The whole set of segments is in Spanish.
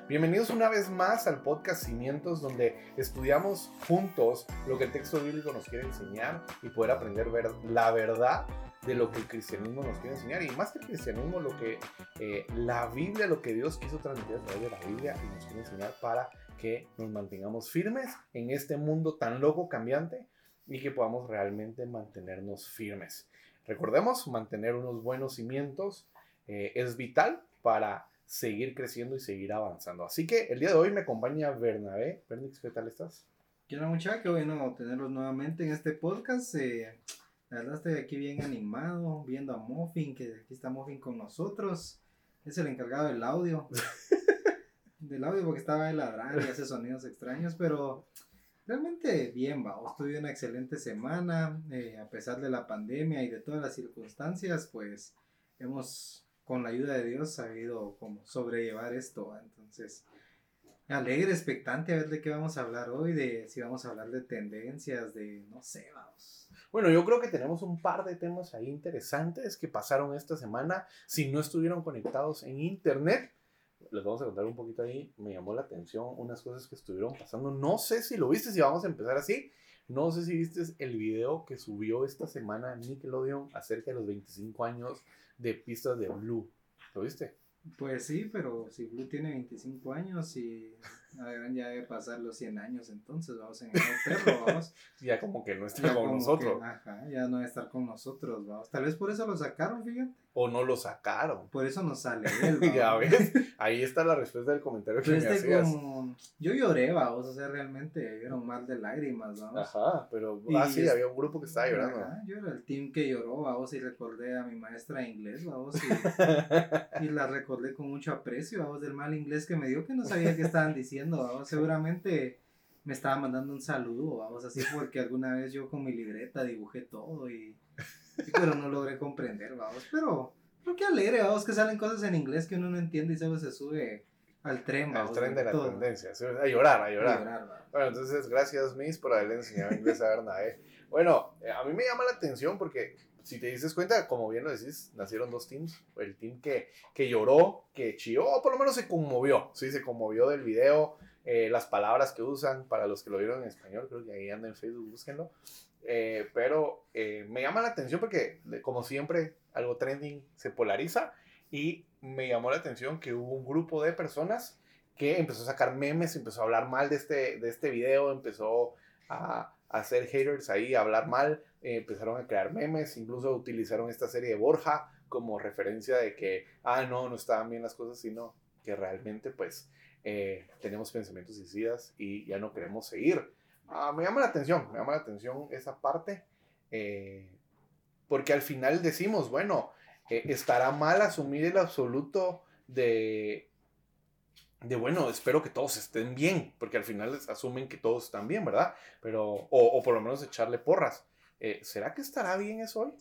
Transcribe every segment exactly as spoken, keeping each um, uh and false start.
Bienvenidos una vez más al podcast Cimientos, donde estudiamos juntos lo que el texto bíblico nos quiere enseñar y poder aprender ver la verdad de lo que el cristianismo nos quiere enseñar. Y más que el cristianismo, lo que eh, la Biblia, lo que Dios quiso transmitir a través de la Biblia y nos quiere enseñar para que nos mantengamos firmes en este mundo tan loco, cambiante, y que podamos realmente mantenernos firmes. Recordemos, mantener unos buenos cimientos eh, es vital para seguir creciendo y seguir avanzando. Así que el día de hoy me acompaña Bernabé. Bernix, ¿qué tal estás? ¿Qué onda, muchachos? Qué bueno tenerlos nuevamente en este podcast. Eh, la verdad estoy aquí bien animado, viendo a Muffin, que aquí está Muffin con nosotros. Es el encargado del audio. del audio porque estaba ahí ladrando y hace sonidos extraños, pero realmente bien, vamos. Tuve una excelente semana, eh, a pesar de la pandemia y de todas las circunstancias, pues hemos, con la ayuda de Dios, sabido cómo sobrellevar esto. Entonces, alegre, expectante a ver de qué vamos a hablar hoy, de si vamos a hablar de tendencias, de no sé, vamos. Bueno, yo creo que tenemos un par de temas ahí interesantes que pasaron esta semana. Si no estuvieron conectados en internet, les vamos a contar un poquito ahí. Me llamó la atención unas cosas que estuvieron pasando. No sé si lo viste, si vamos a empezar así. No sé si viste el video que subió esta semana Nickelodeon acerca de los veinticinco años de pistas de Blue. ¿Lo viste? Pues sí, pero si Blue tiene veinticinco años y deberán ya de pasar los cien años, entonces vamos en el perro, vamos. Ya como que no está Ya con como nosotros. que, ajá, ya no va a estar con nosotros, vamos. Tal vez por eso lo sacaron, fíjate. O no lo sacaron. Por eso no sale él, Ya ves, ahí está la respuesta del comentario que pero me este hacías. como, yo lloré, vamos, o sea, realmente vieron mal de lágrimas, vamos. Ajá, pero, Y ah sí, es- había un grupo que estaba llorando. Ajá, yo era el team que lloró, vamos, y recordé a mi maestra de inglés, vamos, y, y la recordé con mucho aprecio, vamos, del mal inglés que me dio, que no sabía qué estaban diciendo, vamos, seguramente me estaba mandando un saludo, vamos, así porque alguna vez yo con mi libreta dibujé todo y, y pero no logré comprender, vamos, pero, pero qué alegre, vamos, que salen cosas en inglés que uno no entiende y solo se sube al tren, Al vamos, tren de la todo, tendencia, ¿sí? A llorar, a a llorar. llorar, vamos. Bueno, entonces gracias Miss por haberle enseñado inglés a Bernabé. Bueno, eh, a mí me llama la atención porque si te dices cuenta, como bien lo decís, nacieron dos teams. El team que, que lloró, que chilló, o por lo menos se conmovió, sí, se conmovió del video, eh, las palabras que usan, para los que lo vieron en español, creo que ahí anda en Facebook, búsquenlo. Eh, pero eh, me llama la atención porque, como siempre, algo trending se polariza y me llamó la atención que hubo un grupo de personas que empezó a sacar memes, empezó a hablar mal de este, de este video, empezó a, a hacer haters ahí, a hablar mal, eh, empezaron a crear memes, incluso utilizaron esta serie de Borja como referencia de que, ah, no, no estaban bien las cosas, sino que realmente, pues, eh, tenemos pensamientos suicidas y ya no queremos seguir. Ah, me llama la atención, me llama la atención esa parte, eh, porque al final decimos, bueno, eh, estará mal asumir el absoluto de de bueno, espero que todos estén bien, porque al final asumen que todos están bien, ¿verdad? Pero, o, o por lo menos echarle porras. Eh, ¿Será que estará bien eso hoy?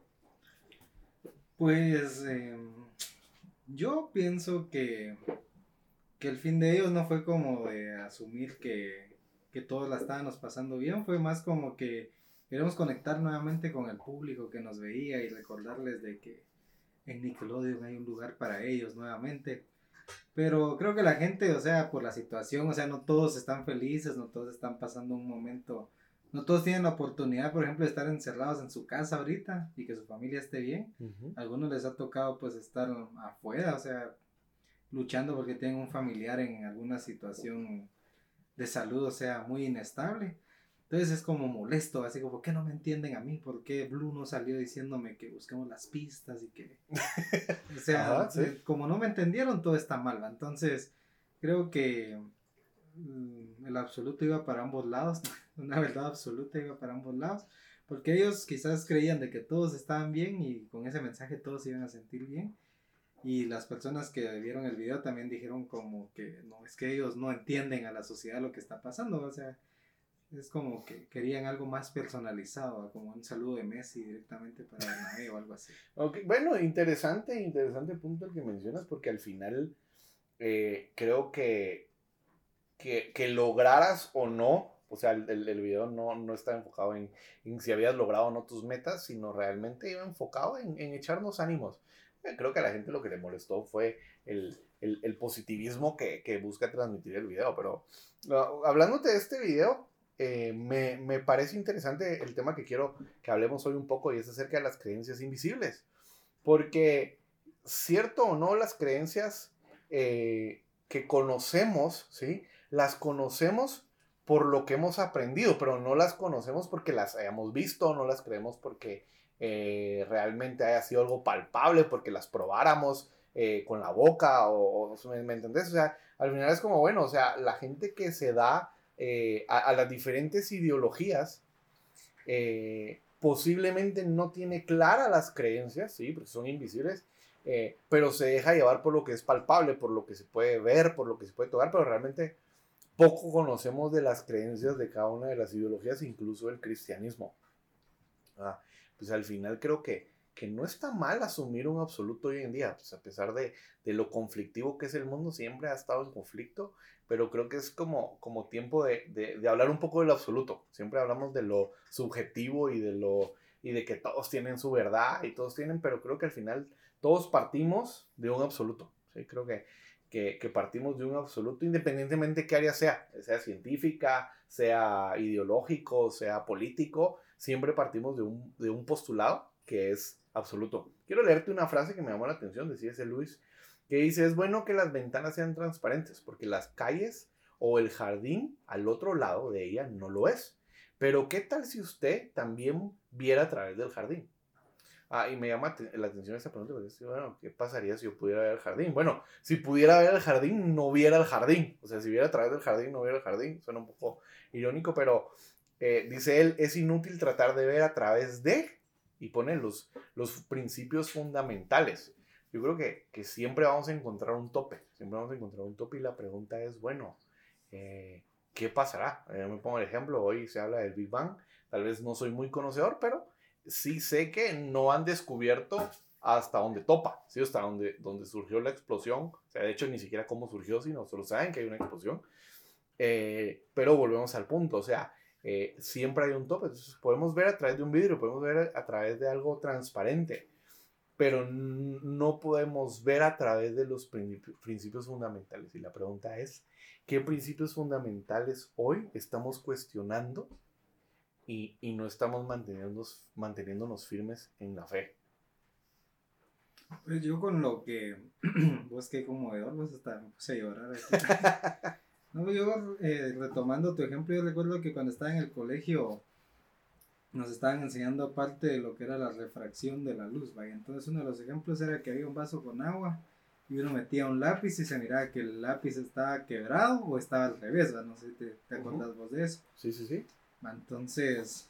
Pues eh, yo pienso que, que el fin de ellos no fue como de asumir que, que todos la estábamos pasando bien, fue más como que queremos conectar nuevamente con el público que nos veía y recordarles de que en Nickelodeon hay un lugar para ellos nuevamente. Pero creo que la gente, o sea, por la situación, o sea, no todos están felices, no todos están pasando un momento, no todos tienen la oportunidad, por ejemplo, de estar encerrados en su casa ahorita y que su familia esté bien. Uh-huh. A algunos les ha tocado pues estar afuera, o sea, luchando porque tienen un familiar en alguna situación de salud, o sea, muy inestable. Entonces es como molesto, así como, ¿por qué no me entienden a mí? ¿Por qué Blue no salió diciéndome que busquemos las pistas y que... O sea, Ajá, sí. como no me entendieron, todo está mal, ¿va? Entonces, creo que mm, el absoluto iba para ambos lados, una verdad absoluta iba para ambos lados, porque ellos quizás creían de que todos estaban bien y con ese mensaje todos se iban a sentir bien. Y las personas que vieron el video también dijeron como que no, es que ellos no entienden a la sociedad lo que está pasando, o sea... Es como que querían algo más personalizado, como un saludo de Messi directamente para Bernabé o algo así. Okay. Bueno, interesante, interesante punto el que mencionas, porque al final eh, creo que, que, que lograras o no, o sea, el, el video no, no está enfocado en, en si habías logrado o no tus metas, sino realmente iba enfocado en, en echarnos ánimos. Eh, creo que a la gente lo que le molestó fue el, el, el positivismo que, que busca transmitir el video. Pero uh, hablándote de este video, eh, me, me parece interesante el tema que quiero que hablemos hoy un poco, y es acerca de las creencias invisibles. Porque, cierto o no, las creencias eh, que conocemos, ¿sí? Las conocemos por lo que hemos aprendido, pero no las conocemos porque las hayamos visto, no las creemos porque eh, realmente haya sido algo palpable, porque las probáramos eh, con la boca, o, o ¿me, me entendés? O sea, al final es como, bueno, o sea, la gente que se da eh, a, a las diferentes ideologías, eh, posiblemente no tiene claras las creencias, sí, porque son invisibles, eh, pero se deja llevar por lo que es palpable, por lo que se puede ver, por lo que se puede tocar, pero realmente poco conocemos de las creencias de cada una de las ideologías, incluso el cristianismo. Ah, pues al final creo que, que no está mal asumir un absoluto hoy en día, pues a pesar de, de lo conflictivo que es el mundo, siempre ha estado en conflicto, pero creo que es como, como tiempo de, de, de hablar un poco del absoluto. Siempre hablamos de lo subjetivo y de, lo, y de que todos tienen su verdad y todos tienen, pero creo que al final todos partimos de un absoluto, ¿sí? Creo que Que, que partimos de un absoluto, independientemente de qué área sea, sea científica, sea ideológico, sea político, siempre partimos de un, de un postulado que es absoluto. Quiero leerte una frase que me llamó la atención de C S Lewis, que dice: es bueno que las ventanas sean transparentes, porque las calles o el jardín al otro lado de ella no lo es. Pero ¿qué tal si usted también viera a través del jardín? Ah, y me llama la atención esta pregunta, porque es, bueno, ¿qué pasaría si yo pudiera ver el jardín? Bueno, si pudiera ver el jardín, no viera el jardín. O sea, si viera a través del jardín, no viera el jardín. Suena un poco irónico, pero eh, dice él, es inútil tratar de ver a través de, y pone los, los principios fundamentales. Yo creo que, que siempre vamos a encontrar un tope, siempre vamos a encontrar un tope, y la pregunta es, bueno, eh, ¿qué pasará? Eh, me pongo el ejemplo, hoy se habla del Big Bang, tal vez no soy muy conocedor, pero sí sé que no han descubierto hasta dónde topa, ¿sí? Hasta dónde, dónde surgió la explosión. O sea, de hecho, ni siquiera cómo surgió, sino solo saben que hay una explosión. Eh, pero volvemos al punto, o sea, eh, siempre hay un tope. Entonces, podemos ver a través de un vidrio, podemos ver a través de algo transparente, pero no podemos ver a través de los principios fundamentales. Y la pregunta es, ¿qué principios fundamentales hoy estamos cuestionando Y, y no estamos manteniéndonos, manteniéndonos firmes en la fe? Pues yo con lo que vos que conmovedor, pues hasta me puse a llorar aquí. No, yo eh, retomando tu ejemplo, yo recuerdo que cuando estaba en el colegio nos estaban enseñando parte de lo que era la refracción de la luz, ¿vale? Entonces uno de los ejemplos era que había un vaso con agua y uno metía un lápiz y se miraba que el lápiz estaba quebrado o estaba al revés, ¿va? No sé si te, te acordás uh-huh. vos de eso. Sí, sí, sí. Entonces,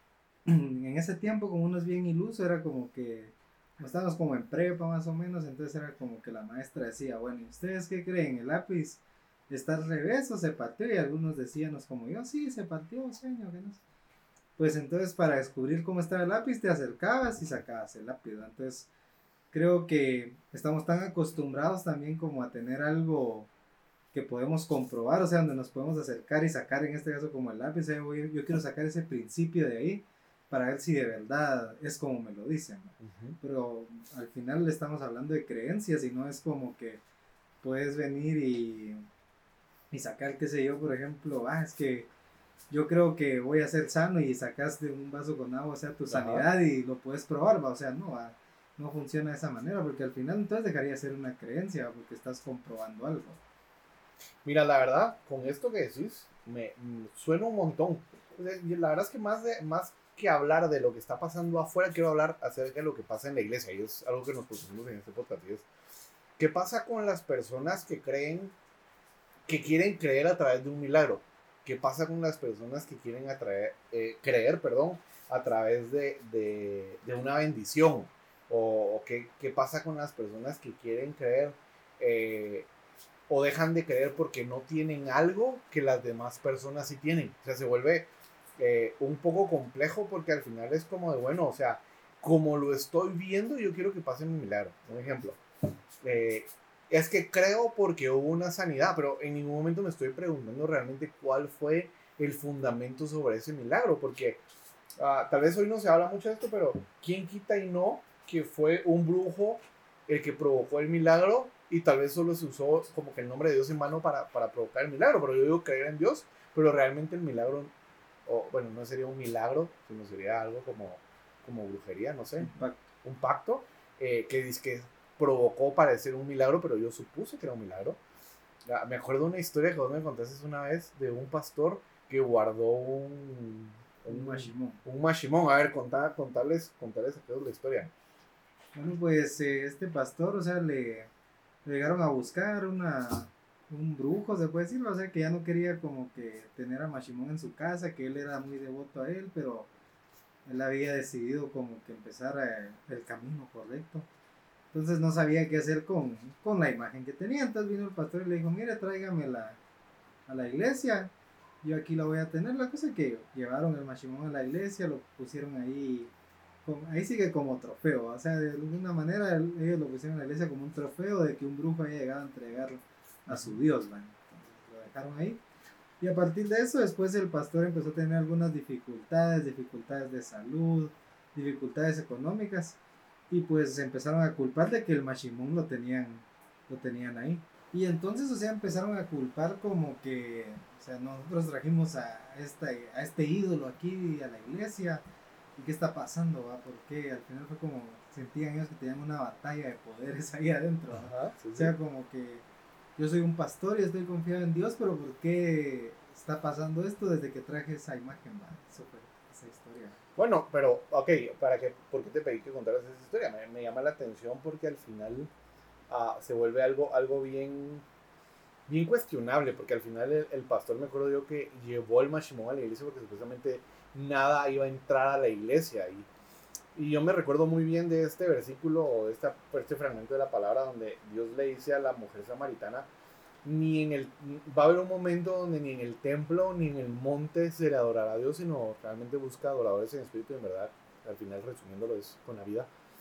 en ese tiempo, como uno es bien iluso, era como que estábamos como en prepa más o menos, entonces era como que la maestra decía, bueno, ¿y ustedes qué creen? ¿El lápiz está al revés o se partió? Y algunos decíamos como yo, sí, se partió, señor, que no sé. Pues entonces para descubrir cómo estaba el lápiz te acercabas y sacabas el lápiz, ¿no? Entonces creo que estamos tan acostumbrados también como a tener algo que podemos comprobar, o sea, donde nos podemos acercar y sacar, en este caso como el lápiz, yo, yo quiero sacar ese principio de ahí para ver si de verdad es como me lo dicen, ¿no? Uh-huh. Pero al final le estamos hablando de creencias y no es como que puedes venir y, y sacar, qué sé yo, por ejemplo, ah, es que yo creo que voy a ser sano y sacas de un vaso con agua, o sea, tu sanidad, uh-huh. y lo puedes probar, ¿va? O sea, no, ¿va? No funciona de esa manera, porque al final entonces dejaría de ser una creencia, porque estás comprobando algo. Mira, la verdad, con esto que decís, me, me suena un montón. La verdad es que más, de, más que hablar de lo que está pasando afuera, quiero hablar acerca de lo que pasa en la iglesia, y es algo que nos propusimos en este podcast, y es, ¿qué pasa con las personas que creen, que quieren creer a través de un milagro? ¿Qué pasa con las personas que quieren atraer, eh, creer, perdón, a través de, de, de una bendición? ¿O, o qué, qué pasa con las personas que quieren creer eh, o dejan de creer porque no tienen algo que las demás personas sí tienen? O sea, se vuelve eh, un poco complejo, porque al final es como de, bueno, o sea, como lo estoy viendo, yo quiero que pase mi milagro. Un ejemplo, eh, es que creo porque hubo una sanidad, pero en ningún momento me estoy preguntando realmente cuál fue el fundamento sobre ese milagro, porque uh, tal vez hoy no se habla mucho de esto, pero ¿quién quita y no que fue un brujo el que provocó el milagro, y tal vez solo se usó como que el nombre de Dios en vano para, para provocar el milagro, pero yo digo creer en Dios, pero realmente el milagro, o bueno, no sería un milagro, sino sería algo como, como brujería, no sé, Un pacto. un pacto, eh, que, que provocó parecer un milagro, pero yo supuse que era un milagro. Me acuerdo de una historia que vos me contaste una vez de un pastor que guardó un... Un mashimón. Un mashimón. A ver, contá, contarles, contarles a todos la historia. Bueno, pues eh, este pastor, o sea, le, le llegaron a buscar una, un brujo, se puede decir, o sea, que ya no quería como que tener a Mashimón en su casa, que él era muy devoto a él, pero él había decidido como que empezar eh, el camino correcto. Entonces no sabía qué hacer con, con la imagen que tenía. Entonces vino el pastor y le dijo, mire, tráigamela a la iglesia. Yo aquí la voy a tener. La cosa es que llevaron el Mashimón a la iglesia, lo pusieron ahí, con, ahí sigue como trofeo. O sea, de alguna manera ellos lo pusieron en la iglesia como un trofeo de que un brujo haya llegado a entregarlo a su Dios. ¿Van? Entonces, lo dejaron ahí. Y a partir de eso, después el pastor empezó a tener algunas dificultades, dificultades de salud, dificultades económicas. Y pues empezaron a culpar de que el Mashimón lo tenían, lo tenían ahí. Y entonces, o sea, empezaron a culpar como que, o sea, nosotros trajimos a, esta, a este ídolo aquí a la iglesia. ¿Y qué está pasando? ¿Va? Porque al final fue como, sentían ellos que tenían una batalla de poderes ahí adentro. Ajá, sí, o sea, sí. como que yo soy un pastor y estoy confiado en Dios, pero ¿por qué está pasando esto desde que traje esa imagen? ¿Va? Eso fue esa historia. Bueno, pero, ok, ¿para qué, ¿por qué te pedí que contaras esa historia? Me, me llama la atención porque al final uh, se vuelve algo, algo bien, bien cuestionable, porque al final el, el pastor, me acuerdo yo, que llevó el Mashimón a la iglesia porque supuestamente nada iba a entrar a la iglesia. Y, y yo me recuerdo muy bien de este versículo, o de esta, este fragmento de la palabra donde Dios le dice a la mujer samaritana, ni en el, va a haber un momento donde ni en el templo ni en el monte se le adorará a Dios, sino realmente busca adoradores en espíritu y en verdad. Al final, resumiéndolo, es con la vida.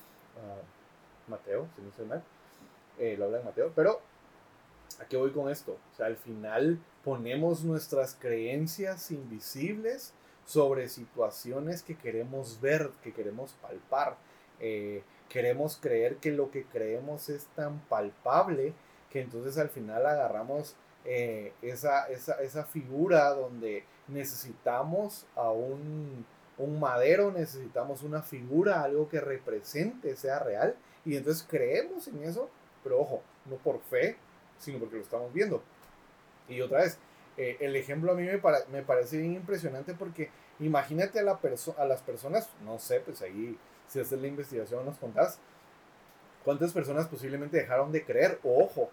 Uh, Mateo, si no estoy mal, eh, lo habla en Mateo. Pero ¿a qué voy con esto? O sea, al final ponemos nuestras creencias invisibles sobre situaciones que queremos ver, que queremos palpar. Eh, queremos creer que lo que creemos es tan palpable que entonces al final agarramos eh, esa, esa, esa figura donde necesitamos a un, un madero, necesitamos una figura, algo que represente, sea real, y entonces creemos en eso, pero ojo, no por fe, sino porque lo estamos viendo. Y otra vez, eh, el ejemplo a mí me, para, me parece bien impresionante porque imagínate a, la perso a las personas, no sé, pues ahí si haces la investigación nos contás, cuántas personas posiblemente dejaron de creer, o ojo,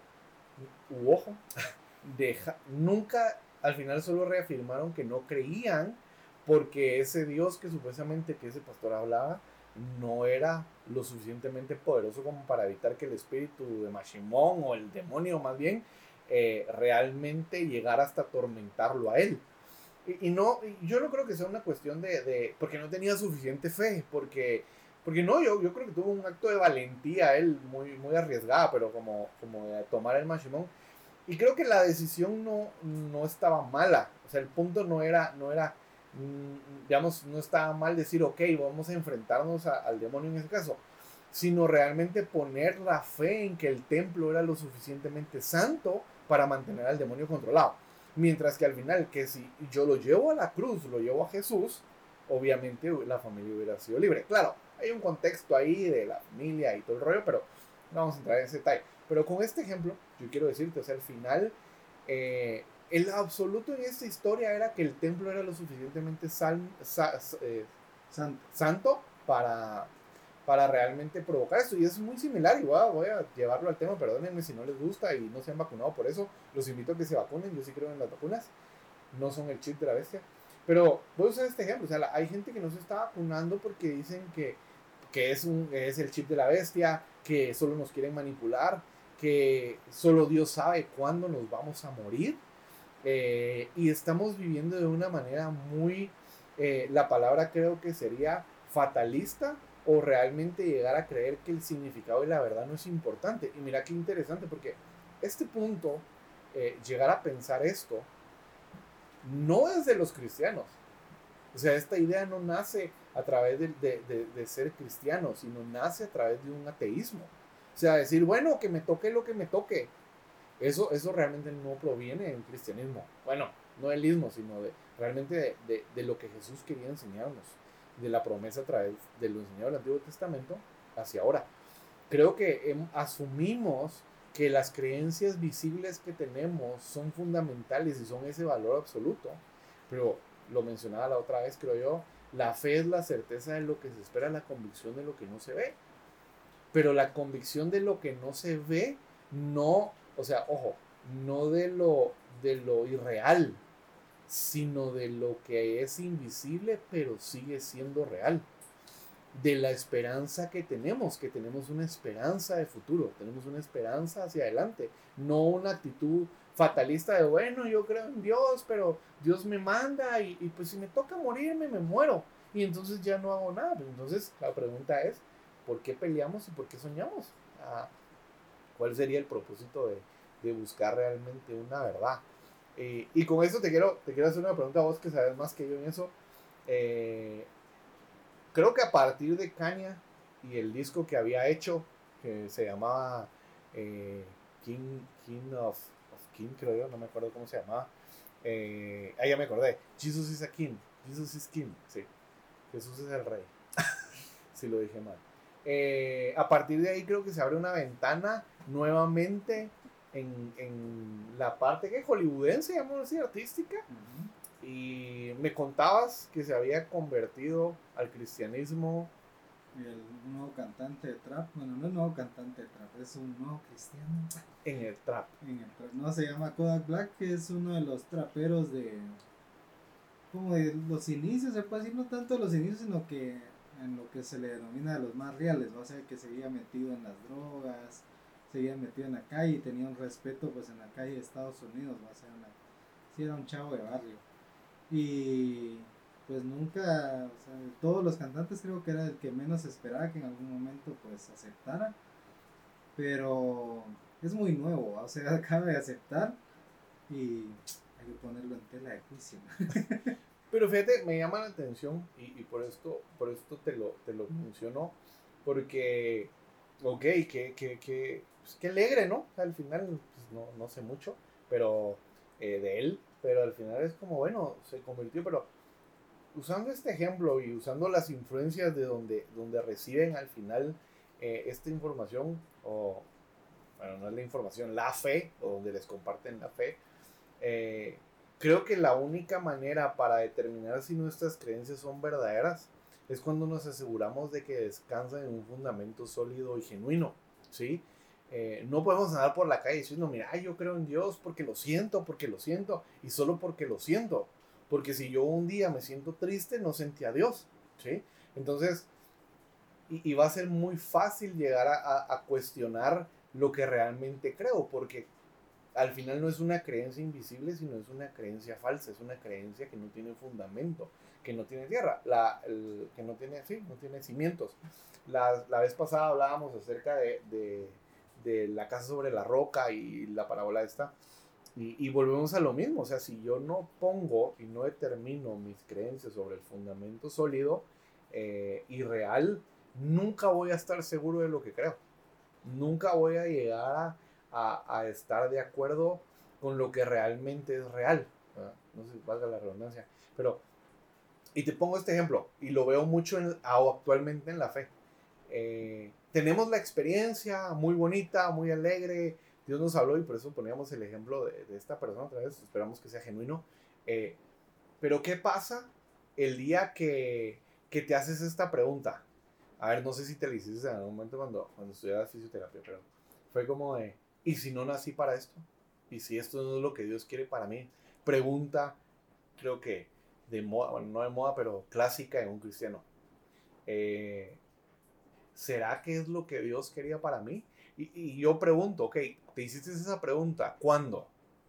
u ojo, deja, nunca, al final solo reafirmaron que no creían porque ese Dios que supuestamente que ese pastor hablaba no era lo suficientemente poderoso como para evitar que el espíritu de Mashimón o el demonio más bien eh, realmente llegara hasta atormentarlo a él. Y, y no, yo no creo que sea una cuestión de, de porque no tenía suficiente fe, porque porque no, yo, yo creo que tuvo un acto de valentía él, muy, muy arriesgada, pero como, como de tomar el Mashimón. Y creo que la decisión no, no estaba mala. O sea, el punto no era, no era mmm, digamos, no estaba mal decir, ok, vamos a enfrentarnos a, al demonio en ese caso, sino realmente poner la fe en que el templo era lo suficientemente santo para mantener al demonio controlado. Mientras que al final, que si yo lo llevo a la cruz, lo llevo a Jesús, obviamente la familia hubiera sido libre. Claro, hay un contexto ahí de la familia y todo el rollo, pero no vamos a entrar en ese detalle. Pero con este ejemplo, yo quiero decirte, o sea, al final, eh, el absoluto en esta historia era que el templo era lo suficientemente sal, sa, eh, santo. santo para, para realmente provocar esto. Y es muy similar, igual voy a llevarlo al tema, perdónenme si no les gusta y no se han vacunado por eso, los invito a que se vacunen, yo sí creo en las vacunas, no son el chip de la bestia. Pero voy a usar este ejemplo, o sea, la, hay gente que no se está vacunando porque dicen que, que es, un, es el chip de la bestia, que solo nos quieren manipular, que solo Dios sabe cuándo nos vamos a morir. Eh, y estamos viviendo de una manera muy, eh, la palabra creo que sería fatalista, o realmente llegar a creer que el significado y la verdad no es importante. Y mira qué interesante, porque este punto, eh, llegar a pensar esto, no es de los cristianos. O sea, esta idea no nace a través de, de, de, de ser cristiano, sino nace a través de un ateísmo. O sea, decir, bueno, que me toque lo que me toque. Eso, eso realmente no proviene del cristianismo. Bueno, no del ismo, sino de, realmente de, de, de lo que Jesús quería enseñarnos. De la promesa a través de lo enseñado del Antiguo Testamento hacia ahora. Creo que em, asumimos que las creencias visibles que tenemos son fundamentales y son ese valor absoluto. Pero lo mencionaba la otra vez, creo yo, la fe es la certeza de lo que se espera, la convicción de lo que no se ve. Pero la convicción de lo que no se ve, no, o sea, ojo, no de lo, de lo irreal, sino de lo que es invisible, pero sigue siendo real. De la esperanza que tenemos, que tenemos una esperanza de futuro, tenemos una esperanza hacia adelante, no una actitud fatalista de, bueno, yo creo en Dios, pero Dios me manda y, y pues si me toca morirme, me muero. Y entonces ya no hago nada. Entonces la pregunta es, ¿por qué peleamos y por qué soñamos? Ah, ¿cuál sería el propósito de, de buscar realmente una verdad? Eh, y con eso te quiero, te quiero hacer una pregunta a vos que sabes más que yo en eso. Eh, creo que a partir de Kanye y el disco que había hecho, que se llamaba eh, King, King of, of King, creo yo, no me acuerdo cómo se llamaba. Eh, ah, ya me acordé. Jesus is a King. Jesus is King, sí. Jesús es el rey. Si lo dije mal. Eh, a partir de ahí creo que se abre una ventana nuevamente en, en la parte que hollywoodense, digamos así, artística. Uh-huh. Y me contabas que se había convertido al cristianismo. El nuevo cantante de trap, bueno, no es nuevo cantante de trap, es un nuevo cristiano. En el trap. En el trap. No, se llama Kodak Black, que es uno de los traperos de, como de los inicios, se puede decir, no tanto los inicios, sino que en lo que se le denomina de los más reales, o sea, que seguía metido en las drogas, seguía metido en la calle y tenía un respeto pues en la calle de Estados Unidos, o sea, una, sí era un chavo de barrio. Y pues nunca, o sea, de todos los cantantes creo que era el que menos esperaba que en algún momento pues aceptara, pero es muy nuevo, o sea, acaba de aceptar y hay que ponerlo en tela de juicio. Pero fíjate, me llama la atención y, y por esto, por esto te lo, te lo menciono, porque, ok, que, que, que, pues, que alegre, ¿no? Al final, pues, no, no sé mucho, pero eh, de él, pero al final es como, bueno, se convirtió, pero usando este ejemplo y usando las influencias de donde, donde reciben al final eh, esta información, o, bueno, no es la información, la fe, o donde les comparten la fe, eh, creo que la única manera para determinar si nuestras creencias son verdaderas es cuando nos aseguramos de que descansan en un fundamento sólido y genuino, ¿sí? Eh, no podemos andar por la calle diciendo, mira, yo creo en Dios porque lo siento, porque lo siento, y solo porque lo siento. Porque si yo un día me siento triste, no sentí a Dios, ¿sí? Entonces, y, y va a ser muy fácil llegar a, a, a cuestionar lo que realmente creo, porque al final no es una creencia invisible, sino es una creencia falsa, es una creencia que no tiene fundamento, que no tiene tierra, la, el, que no tiene, sí, no tiene cimientos. La, la vez pasada hablábamos acerca de, de, de la casa sobre la roca y la parábola esta, y, y volvemos a lo mismo, o sea, si yo no pongo y no determino mis creencias sobre el fundamento sólido eh, y real, nunca voy a estar seguro de lo que creo, nunca voy a llegar a A, a estar de acuerdo con lo que realmente es real, ¿verdad? No sé si valga la redundancia, pero y te pongo este ejemplo y lo veo mucho en, actualmente en la fe. Eh, tenemos la experiencia muy bonita, muy alegre, Dios nos habló y por eso poníamos el ejemplo de, de esta persona otra vez, esperamos que sea genuino, eh, pero ¿qué pasa el día que, que te haces esta pregunta? A ver, no sé si te lo hiciste en algún momento cuando, cuando estudiabas fisioterapia, pero fue como de, ¿y si no nací para esto? ¿Y si esto no es lo que Dios quiere para mí? Pregunta, creo que de moda, bueno, no de moda, pero clásica en un cristiano. Eh, ¿Será que es lo que Dios quería para mí? Y, y yo pregunto, ok, te hiciste esa pregunta, ¿cuándo?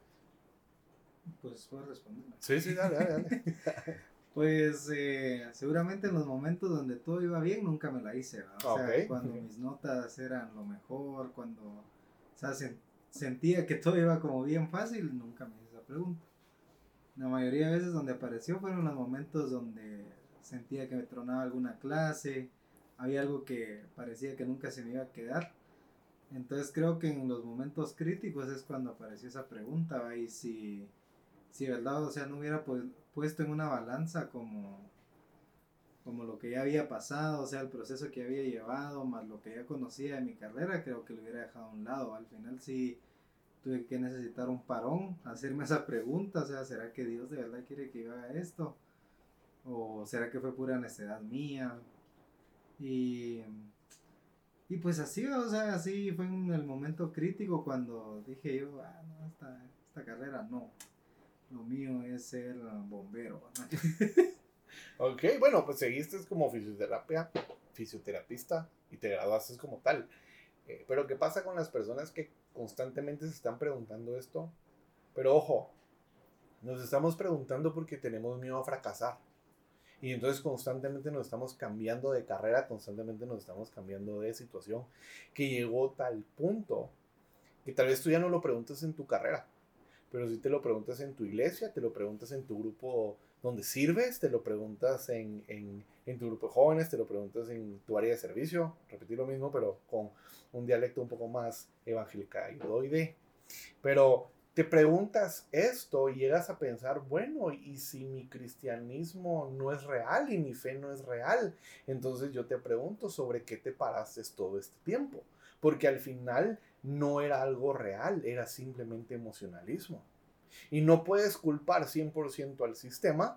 Pues puedo responder. Sí, sí, dale, dale, dale. Pues eh, seguramente en los momentos donde todo iba bien nunca me la hice, ¿verdad? O sea, okay. Cuando mis notas eran lo mejor, cuando o sea, se, sentía que todo iba como bien fácil, nunca me hice esa pregunta. La mayoría de veces donde apareció fueron los momentos donde sentía que me tronaba alguna clase, había algo que parecía que nunca se me iba a quedar Entonces creo que en los momentos críticos es cuando apareció esa pregunta, ¿va? Y si, si verdad, o sea, no hubiera pu- puesto en una balanza como, como lo que ya había pasado, o sea, el proceso que había llevado, más lo que ya conocía de mi carrera, creo que lo hubiera dejado a un lado. Al final sí tuve que necesitar un parón, hacerme esa pregunta, o sea, ¿será que Dios de verdad quiere que yo haga esto? ¿O será que fue pura necedad mía? Y, y pues así, o sea, así fue en el momento crítico cuando dije yo, ah, no, esta, esta carrera no, lo mío es ser bombero, ¿no? Ok, bueno, pues seguiste como fisioterapia, fisioterapista y te graduaste como tal. Eh, pero ¿qué pasa con las personas que constantemente se están preguntando esto? Pero ojo, nos estamos preguntando porque tenemos miedo a fracasar. Y entonces constantemente nos estamos cambiando de carrera, constantemente nos estamos cambiando de situación, que llegó tal punto que tal vez tú ya no lo preguntas en tu carrera, pero si te lo preguntas en tu iglesia, te lo preguntas en tu grupo donde sirves, te lo preguntas en, en, en tu grupo de jóvenes, te lo preguntas en tu área de servicio, repetir lo mismo, pero con un dialecto un poco más evangelicaidoide. Pero te preguntas esto y llegas a pensar, bueno, ¿y si mi cristianismo no es real y mi fe no es real? Entonces yo te pregunto sobre qué te paraste todo este tiempo. Porque al final no era algo real, era simplemente emocionalismo. Y no puedes culpar cien por ciento al sistema,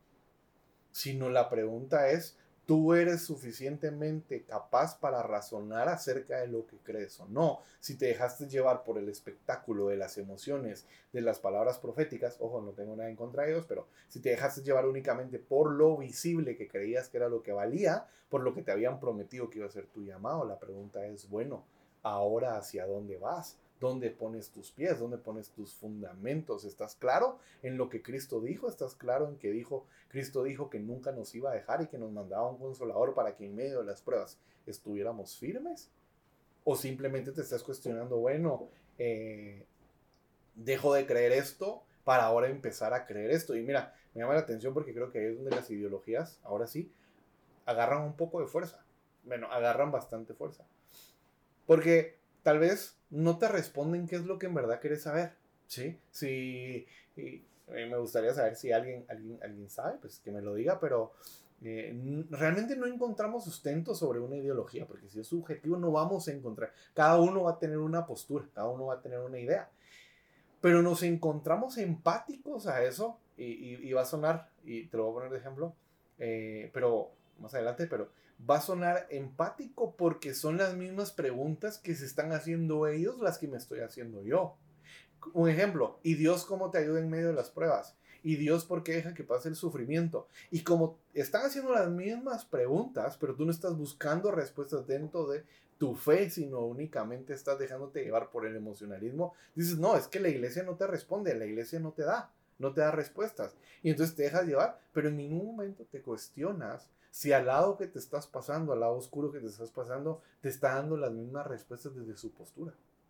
sino la pregunta es, ¿tú eres suficientemente capaz para razonar acerca de lo que crees o no? Si te dejaste llevar por el espectáculo de las emociones, de las palabras proféticas, ojo, no tengo nada en contra de ellos, pero si te dejaste llevar únicamente por lo visible que creías que era lo que valía, por lo que te habían prometido que iba a ser tu llamado, la pregunta es, bueno, ¿ahora hacia dónde vas? ¿Dónde pones tus pies? ¿Dónde pones tus fundamentos? ¿Estás claro en lo que Cristo dijo? ¿Estás claro en que dijo, Cristo dijo que nunca nos iba a dejar y que nos mandaba un consolador para que en medio de las pruebas estuviéramos firmes? ¿O simplemente te estás cuestionando, bueno, eh, dejo de creer esto para ahora empezar a creer esto? Y mira, me llama la atención porque creo que ahí es donde las ideologías, ahora sí, agarran un poco de fuerza. Bueno, agarran bastante fuerza. Porque tal vez no te responden qué es lo que en verdad quieres saber. ¿Sí? Sí. Y, eh, me gustaría saber si alguien, alguien, alguien sabe, pues que me lo diga, pero eh, n- realmente no encontramos sustento sobre una ideología, porque si es subjetivo no vamos a encontrar. Cada uno va a tener una postura, cada uno va a tener una idea. Pero nos encontramos empáticos a eso, y, y, y va a sonar, y te lo voy a poner de ejemplo, eh, pero más adelante, pero va a sonar empático porque son las mismas preguntas que se están haciendo ellos las que me estoy haciendo yo. Un ejemplo, ¿y Dios cómo te ayuda en medio de las pruebas? ¿Y Dios por qué deja que pase el sufrimiento? Y como están haciendo las mismas preguntas, pero tú no estás buscando respuestas dentro de tu fe, sino únicamente estás dejándote llevar por el emocionalismo, dices, no, es que la iglesia no te responde, la iglesia no te da, no te da respuestas. Y entonces te dejas llevar, pero en ningún momento te cuestionas si al lado que te estás pasando, al lado oscuro que te estás pasando, te está dando las mismas respuestas desde su postura.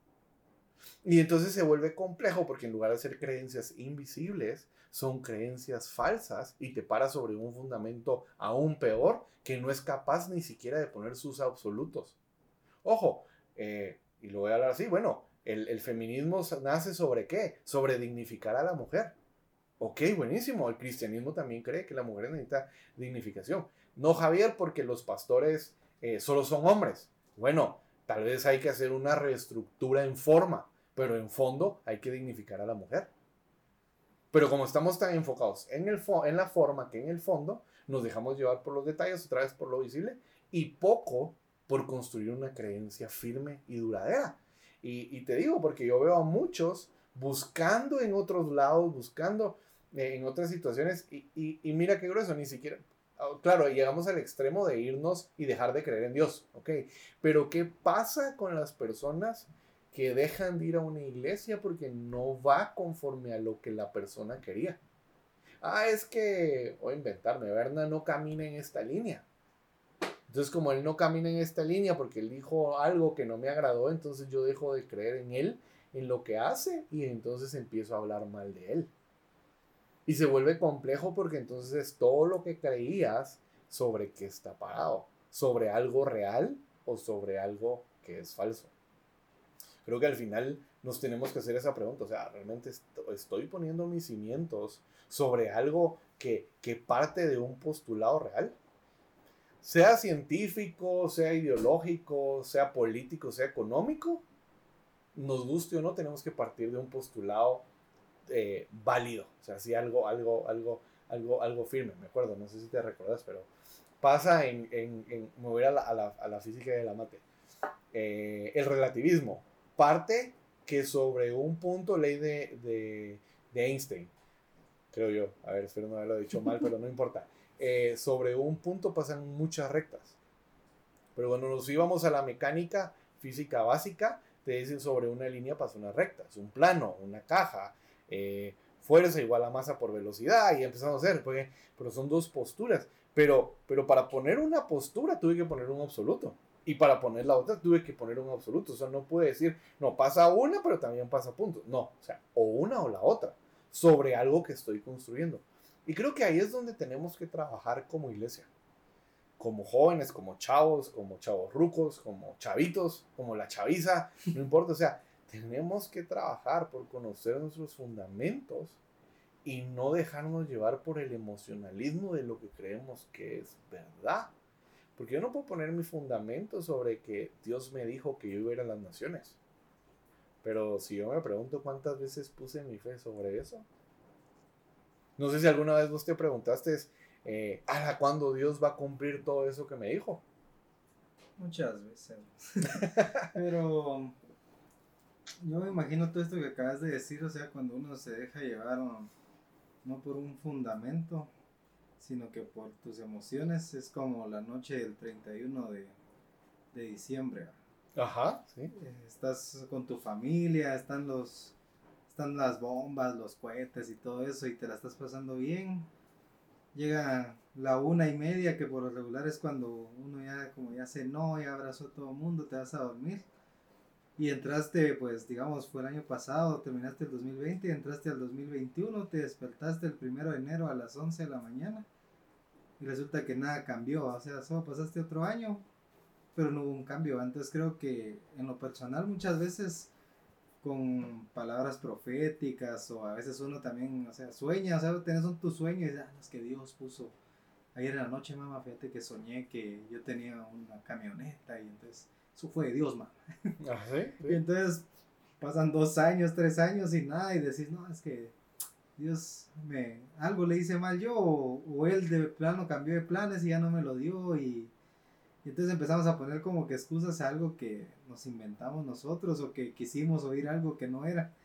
Y entonces se vuelve complejo porque en lugar de ser creencias invisibles, son creencias falsas y te paras sobre un fundamento aún peor que no es capaz ni siquiera de poner sus absolutos. Ojo, eh, y lo voy a hablar así, bueno, el, el feminismo nace sobre qué? Sobre dignificar a la mujer. Ok, buenísimo. El cristianismo también cree que la mujer necesita dignificación. No, Javier, porque los pastores eh, solo son hombres. Bueno, tal vez hay que hacer una reestructura en forma, pero en fondo hay que dignificar a la mujer. Pero como estamos tan enfocados en, el fo- en la forma que en el fondo, nos dejamos llevar por los detalles, otra vez por lo visible, y poco por construir una creencia firme y duradera. Y, y te digo, porque yo veo a muchos buscando en otros lados, buscando eh, en otras situaciones, y, y, y mira qué grueso, ni siquiera... oh, claro, llegamos al extremo de irnos y dejar de creer en Dios, ¿ok? Pero ¿qué pasa con las personas que dejan de ir a una iglesia porque no va conforme a lo que la persona quería? Ah, es que, voy a inventarme, Berna no camina en esta línea. Entonces, como él no camina en esta línea porque él dijo algo que no me agradó, entonces yo dejo de creer en él, en lo que hace, y entonces empiezo a hablar mal de él. Y se vuelve complejo porque entonces es todo lo que creías sobre qué está parado, sobre algo real o sobre algo que es falso. Creo que al final nos tenemos que hacer esa pregunta, o sea, ¿realmente esto- estoy poniendo mis cimientos sobre algo que, que parte de un postulado real? Sea científico, sea ideológico, sea político, sea económico, nos guste o no, tenemos que partir de un postulado eh, válido, o sea, sí, algo, algo, algo, algo, algo firme, me acuerdo, no sé si te recuerdas, pero pasa en, en, en me voy a la, a, la, a la física de la mate. Eh, el relativismo parte que sobre un punto, ley de, de, de Einstein, creo yo, a ver, espero no haberlo dicho mal, pero no importa, eh, sobre un punto pasan muchas rectas, pero cuando nos íbamos a la mecánica física básica, te dicen sobre una línea pasa una recta, es un plano, una caja, eh, fuerza igual a masa por velocidad, y empezamos a hacer, porque, pero son dos posturas. Pero, pero para poner una postura tuve que poner un absoluto. Y para poner la otra tuve que poner un absoluto. O sea, no pude decir, no, pasa una, pero también pasa punto. No, o sea, o una o la otra, sobre algo que estoy construyendo. Y creo que ahí es donde tenemos que trabajar como iglesia. Como jóvenes, como chavos, como chavos rucos, como chavitos, como la chaviza, no importa. O sea, tenemos que trabajar por conocer nuestros fundamentos y no dejarnos llevar por el emocionalismo de lo que creemos que es verdad. Porque yo no puedo poner mi fundamento sobre que Dios me dijo que yo iba a ir a las naciones. Pero si yo me pregunto cuántas veces puse mi fe sobre eso. No sé si alguna vez vos te preguntaste, eh, ¿a cuándo Dios va a cumplir todo eso que me dijo? Muchas veces. Pero yo me imagino todo esto que acabas de decir, o sea, cuando uno se deja llevar no, no por un fundamento, sino que por tus emociones, es como la noche del treinta y uno de, de diciembre. Ajá, sí. Eh, Estás con tu familia, están los están las bombas, los cohetes y todo eso, y te la estás pasando bien. Llega la una y media, que por lo regular es cuando uno ya como ya cenó, ya abrazó a todo el mundo, te vas a dormir. Y entraste, pues digamos, fue el año pasado, terminaste el dos mil veinte, entraste al dos mil veintiuno, te despertaste el primero de enero a las once de la mañana y resulta que nada cambió, o sea, solo pasaste otro año, pero no hubo un cambio. Entonces creo que en lo personal muchas veces con palabras proféticas, o a veces uno también, o sea, sueña, o sea, tenés un tu sueño y dices, ah, es que Dios puso, ayer en la noche, mamá, fíjate que soñé que yo tenía una camioneta y entonces, eso fue de Dios, mamá. Ah, ¿sí? Sí. Y entonces pasan dos años, tres años y nada, y decís, no, es que Dios me, algo le hice mal yo, o, o él de plano cambió de planes y ya no me lo dio, y, y entonces empezamos a poner como que excusas a algo que nos inventamos nosotros, o que quisimos oír algo que no era.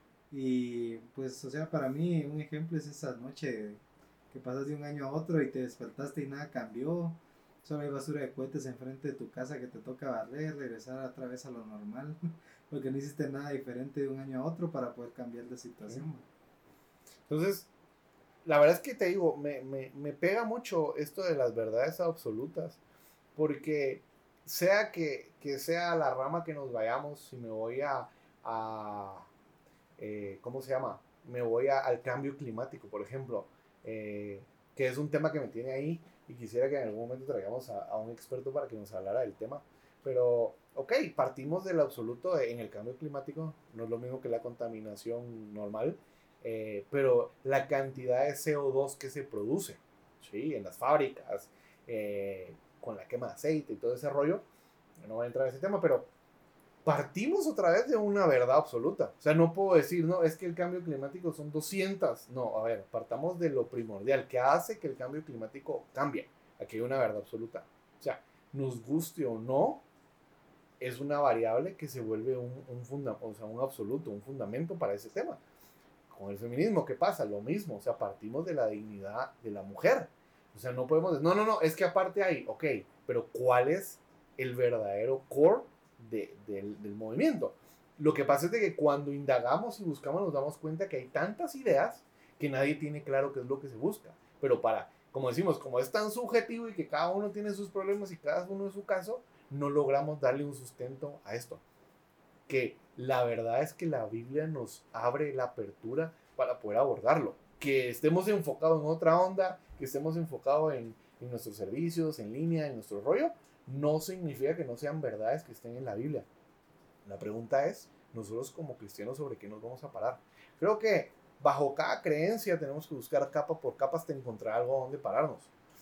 Y pues, o sea, para mí un ejemplo es esa noche que pasas de un año a otro y te despertaste y nada cambió. Solo hay basura de cohetes enfrente de tu casa que te toca barrer, regresar otra vez a lo normal. Porque no hiciste nada diferente de un año a otro para poder cambiar de situación. Entonces, la verdad es que te digo, me, me, me pega mucho esto de las verdades absolutas, porque sea que, que sea la rama que nos vayamos, si me voy a, a eh, ¿cómo se llama? Me voy a, al cambio climático, por ejemplo, eh, que es un tema que me tiene ahí y quisiera que en algún momento traigamos a, a un experto para que nos hablara del tema. Pero, ok, partimos del absoluto de, en el cambio climático, no es lo mismo que la contaminación normal, eh, pero la cantidad de C O dos que se produce, ¿sí? En las fábricas, eh, con la quema de aceite y todo ese rollo, no voy a entrar en ese tema, pero partimos otra vez de una verdad absoluta. O sea, no puedo decir, no, es que el cambio climático son doscientas. No, a ver, partamos de lo primordial, que hace que el cambio climático cambie. Aquí hay una verdad absoluta. O sea, nos guste o no, es una variable que se vuelve un, un, funda, o sea, un absoluto, un fundamento para ese tema. Con el feminismo, ¿qué pasa? Lo mismo, o sea, partimos de la dignidad de la mujer. O sea, no podemos decir, no, no, no, es que aparte hay, ok, pero ¿cuál es el verdadero core de, del, del movimiento? Lo que pasa es de que cuando indagamos y buscamos nos damos cuenta que hay tantas ideas que nadie tiene claro qué es lo que se busca. Pero para, como decimos, como es tan subjetivo y que cada uno tiene sus problemas y cada uno en su caso, no logramos darle un sustento a esto. Que la verdad es que la Biblia nos abre la apertura para poder abordarlo. Que estemos enfocados en otra onda, que estemos enfocados en, en nuestros servicios, en línea, en nuestro rollo, no significa que no sean verdades que estén en la Biblia. La pregunta es, nosotros como cristianos, ¿sobre qué nos vamos a parar? Creo que bajo cada creencia tenemos que buscar capa por capa hasta encontrar algo donde pararnos.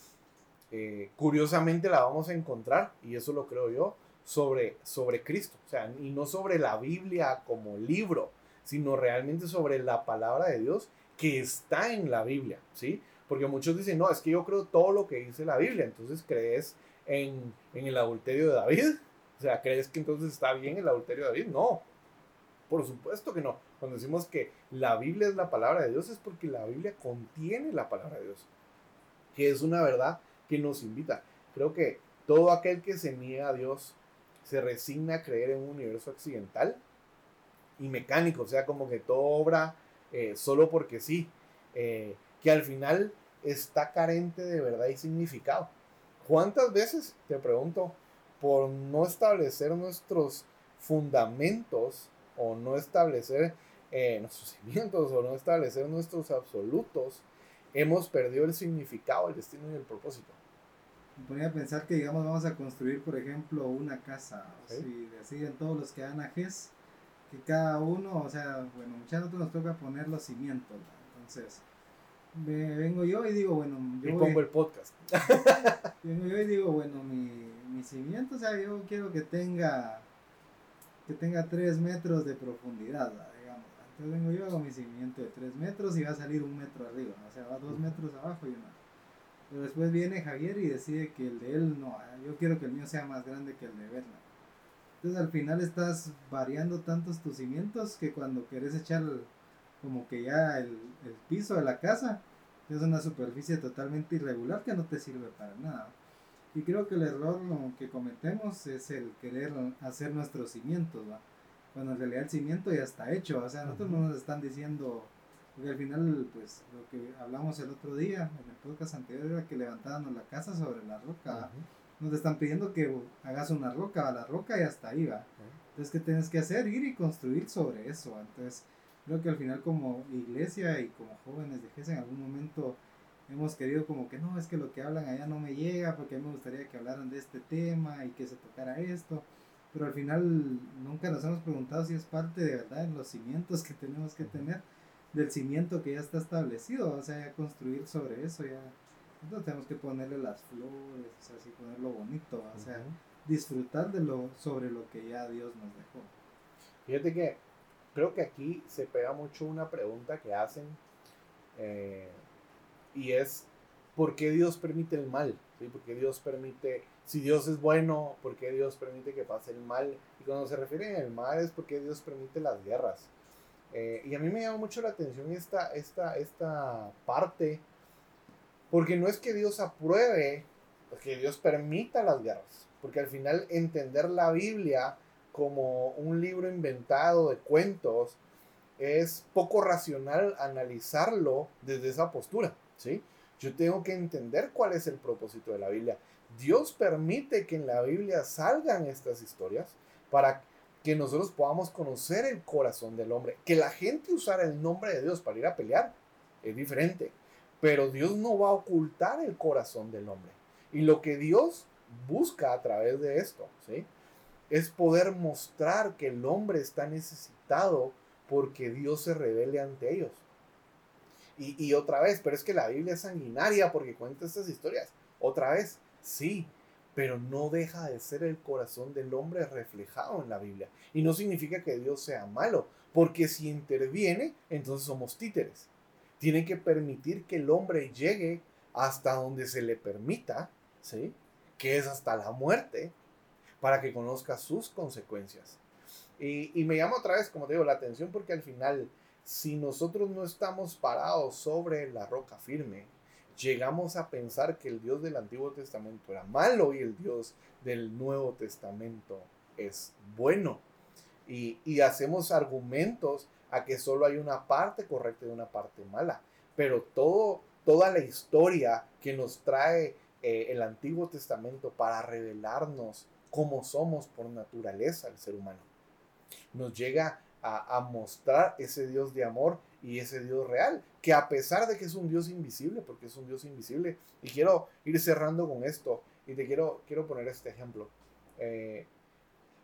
Eh, curiosamente la vamos a encontrar, y eso lo creo yo, sobre, sobre Cristo. O sea, y no sobre la Biblia como libro, sino realmente sobre la palabra de Dios que está en la Biblia, ¿sí? Porque muchos dicen, no, es que yo creo todo lo que dice la Biblia, entonces crees en, en el adulterio de David. O sea, ¿crees que entonces está bien el adulterio de David? No, por supuesto que no. Cuando decimos que la Biblia es la palabra de Dios es porque la Biblia contiene la palabra de Dios, que es una verdad que nos invita. Creo que todo aquel que se niega a Dios se resigna a creer en un universo accidental y mecánico, o sea, como que todo obra eh, solo porque sí, eh, que al final está carente de verdad y significado. ¿Cuántas veces, te pregunto, por no establecer nuestros fundamentos o no establecer eh, nuestros cimientos o no establecer nuestros absolutos, hemos perdido el significado, el destino y el propósito? Me ponía a pensar que, digamos, vamos a construir, por ejemplo, una casa. ¿Sí? Si deciden todos los que van a G E S, que cada uno, o sea, bueno, muchas nosotros nos toca poner los cimientos, ¿no? Entonces, me, vengo yo y digo, bueno, yo y voy, pongo el podcast. vengo yo y digo, bueno, mi, mi cimiento, o sea, yo quiero que tenga, que tenga tres metros de profundidad, ¿no? Digamos. Entonces vengo yo, hago mi cimiento de tres metros y va a salir un metro arriba, ¿no? O sea, va dos metros abajo y una. Pero después viene Javier y decide que el de él no, yo quiero que el mío sea más grande que el de Berna. Entonces al final estás variando tantos tus cimientos que cuando querés echar como que ya el, el piso de la casa es una superficie totalmente irregular que no te sirve para nada. Y creo que el error que cometemos es el querer hacer nuestros cimientos, ¿va? Cuando en realidad el cimiento ya está hecho. O sea, nosotros no nos están diciendo, porque al final, pues, lo que hablamos el otro día, en el podcast anterior, era que levantábamos la casa sobre la roca. Uh-huh. Nos están pidiendo que hagas una roca, la roca y hasta ahí va. Uh-huh. Entonces, ¿qué tienes que hacer? Ir y construir sobre eso. Entonces, creo que al final como iglesia y como jóvenes de G E S en algún momento hemos querido como que no, es que lo que hablan allá no me llega, porque a mí me gustaría que hablaran de este tema y que se tocara esto. Pero al final nunca nos hemos preguntado si es parte de verdad de los cimientos que tenemos que tener, del cimiento que ya está establecido, o sea, ya construir sobre eso, ya entonces tenemos que ponerle las flores, o sea, así ponerlo bonito, o sea, uh-huh. disfrutar de lo sobre lo que ya Dios nos dejó. Fíjate que creo que aquí se pega mucho una pregunta que hacen eh, y es ¿por qué Dios permite el mal? ¿Sí? ¿Por qué Dios permite, si Dios es bueno, por qué Dios permite que pase el mal? Y cuando se refieren al mal es porque Dios permite las guerras. Eh, y a mí me llama mucho la atención esta, esta, esta parte, porque no es que Dios apruebe, que Dios permita las guerras, porque al final entender la Biblia como un libro inventado de cuentos es poco racional analizarlo desde esa postura, ¿sí? Yo tengo que entender cuál es el propósito de la Biblia. Dios permite que en la Biblia salgan estas historias para que nosotros podamos conocer el corazón del hombre. Que la gente usara el nombre de Dios para ir a pelear es diferente, pero Dios no va a ocultar el corazón del hombre. Y lo que Dios busca a través de esto, ¿sí?, es poder mostrar que el hombre está necesitado porque Dios se revele ante ellos. Y, y otra vez, pero es que la Biblia es sanguinaria porque cuenta estas historias. Otra vez, sí, pero no deja de ser el corazón del hombre reflejado en la Biblia. Y no significa que Dios sea malo, porque si interviene, entonces somos títeres. Tiene que permitir que el hombre llegue hasta donde se le permita, ¿sí?, que es hasta la muerte, para que conozca sus consecuencias. Y, y me llama otra vez, como te digo, la atención porque al final, si nosotros no estamos parados sobre la roca firme, llegamos a pensar que el Dios del Antiguo Testamento era malo y el Dios del Nuevo Testamento es bueno. Y, y hacemos argumentos a que solo hay una parte correcta y una parte mala. Pero todo, toda la historia que nos trae eh, el Antiguo Testamento para revelarnos cómo somos por naturaleza el ser humano, nos llega a, a mostrar ese Dios de amor y ese Dios real, que a pesar de que es un Dios invisible, porque es un Dios invisible, y quiero ir cerrando con esto, y te quiero, quiero poner este ejemplo. Eh,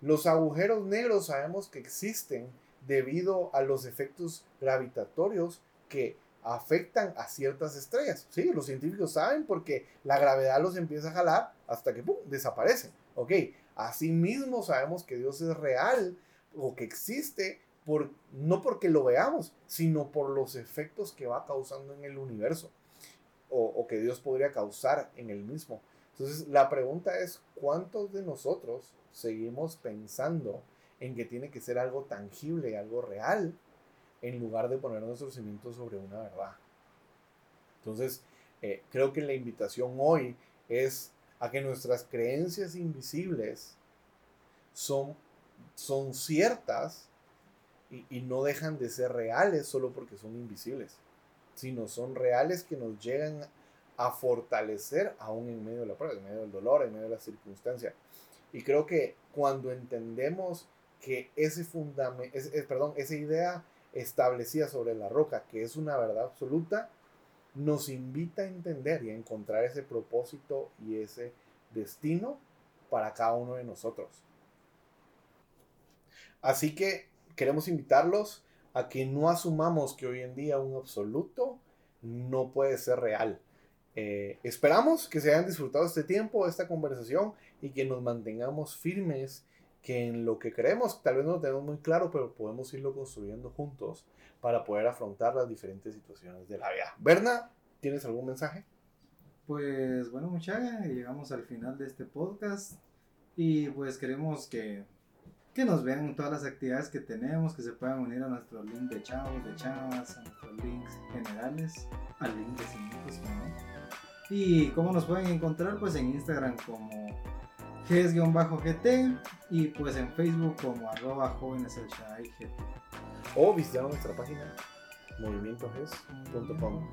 Los agujeros negros sabemos que existen debido a los efectos gravitatorios que afectan a ciertas estrellas. Sí, los científicos saben porque la gravedad los empieza a jalar hasta que ¡pum!, desaparecen. Ok, asimismo sabemos que Dios es real o que existe por, no porque lo veamos, sino por los efectos que va causando en el universo o, o que Dios podría causar en el mismo. Entonces la pregunta es, ¿cuántos de nosotros seguimos pensando en que tiene que ser algo tangible, algo real, en lugar de poner nuestros cimientos sobre una verdad? Entonces, eh, creo que la invitación hoy es a que nuestras creencias invisibles son, son ciertas y, y no dejan de ser reales solo porque son invisibles, sino son reales que nos llegan a fortalecer aún en medio de la prueba, en medio del dolor, en medio de la circunstancia. Y creo que cuando entendemos que ese fundamento, es, es, perdón, esa idea establecida sobre la roca, que es una verdad absoluta, nos invita a entender y a encontrar ese propósito y ese destino para cada uno de nosotros. Así que queremos invitarlos a que no asumamos que hoy en día un absoluto no puede ser real. Eh, esperamos que se hayan disfrutado este tiempo, esta conversación, y que nos mantengamos firmes, que en lo que creemos tal vez no lo tenemos muy claro, pero podemos irlo construyendo juntos para poder afrontar las diferentes situaciones de la vida. Berna, ¿tienes algún mensaje? Pues bueno, muchachos, llegamos al final de este podcast y pues queremos que, que nos vean todas las actividades que tenemos, que se puedan unir a nuestro link de chavos, de chavas, a nuestros links generales, al link de cimientos, ¿no? Y cómo nos pueden encontrar, pues en Instagram como ges-gt y pues en Facebook como arroba jóvenes el Shaddai G T. O visitar nuestra página movimiento ges punto com.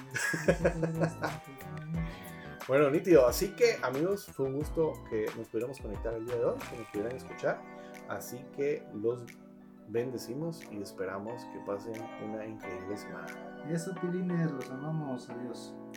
Bueno, nítido. Así que, amigos, fue un gusto que nos pudiéramos conectar el día de hoy, que nos pudieran escuchar. Así que los bendecimos y esperamos que pasen una increíble semana. Eso, Tilines, los amamos. Adiós.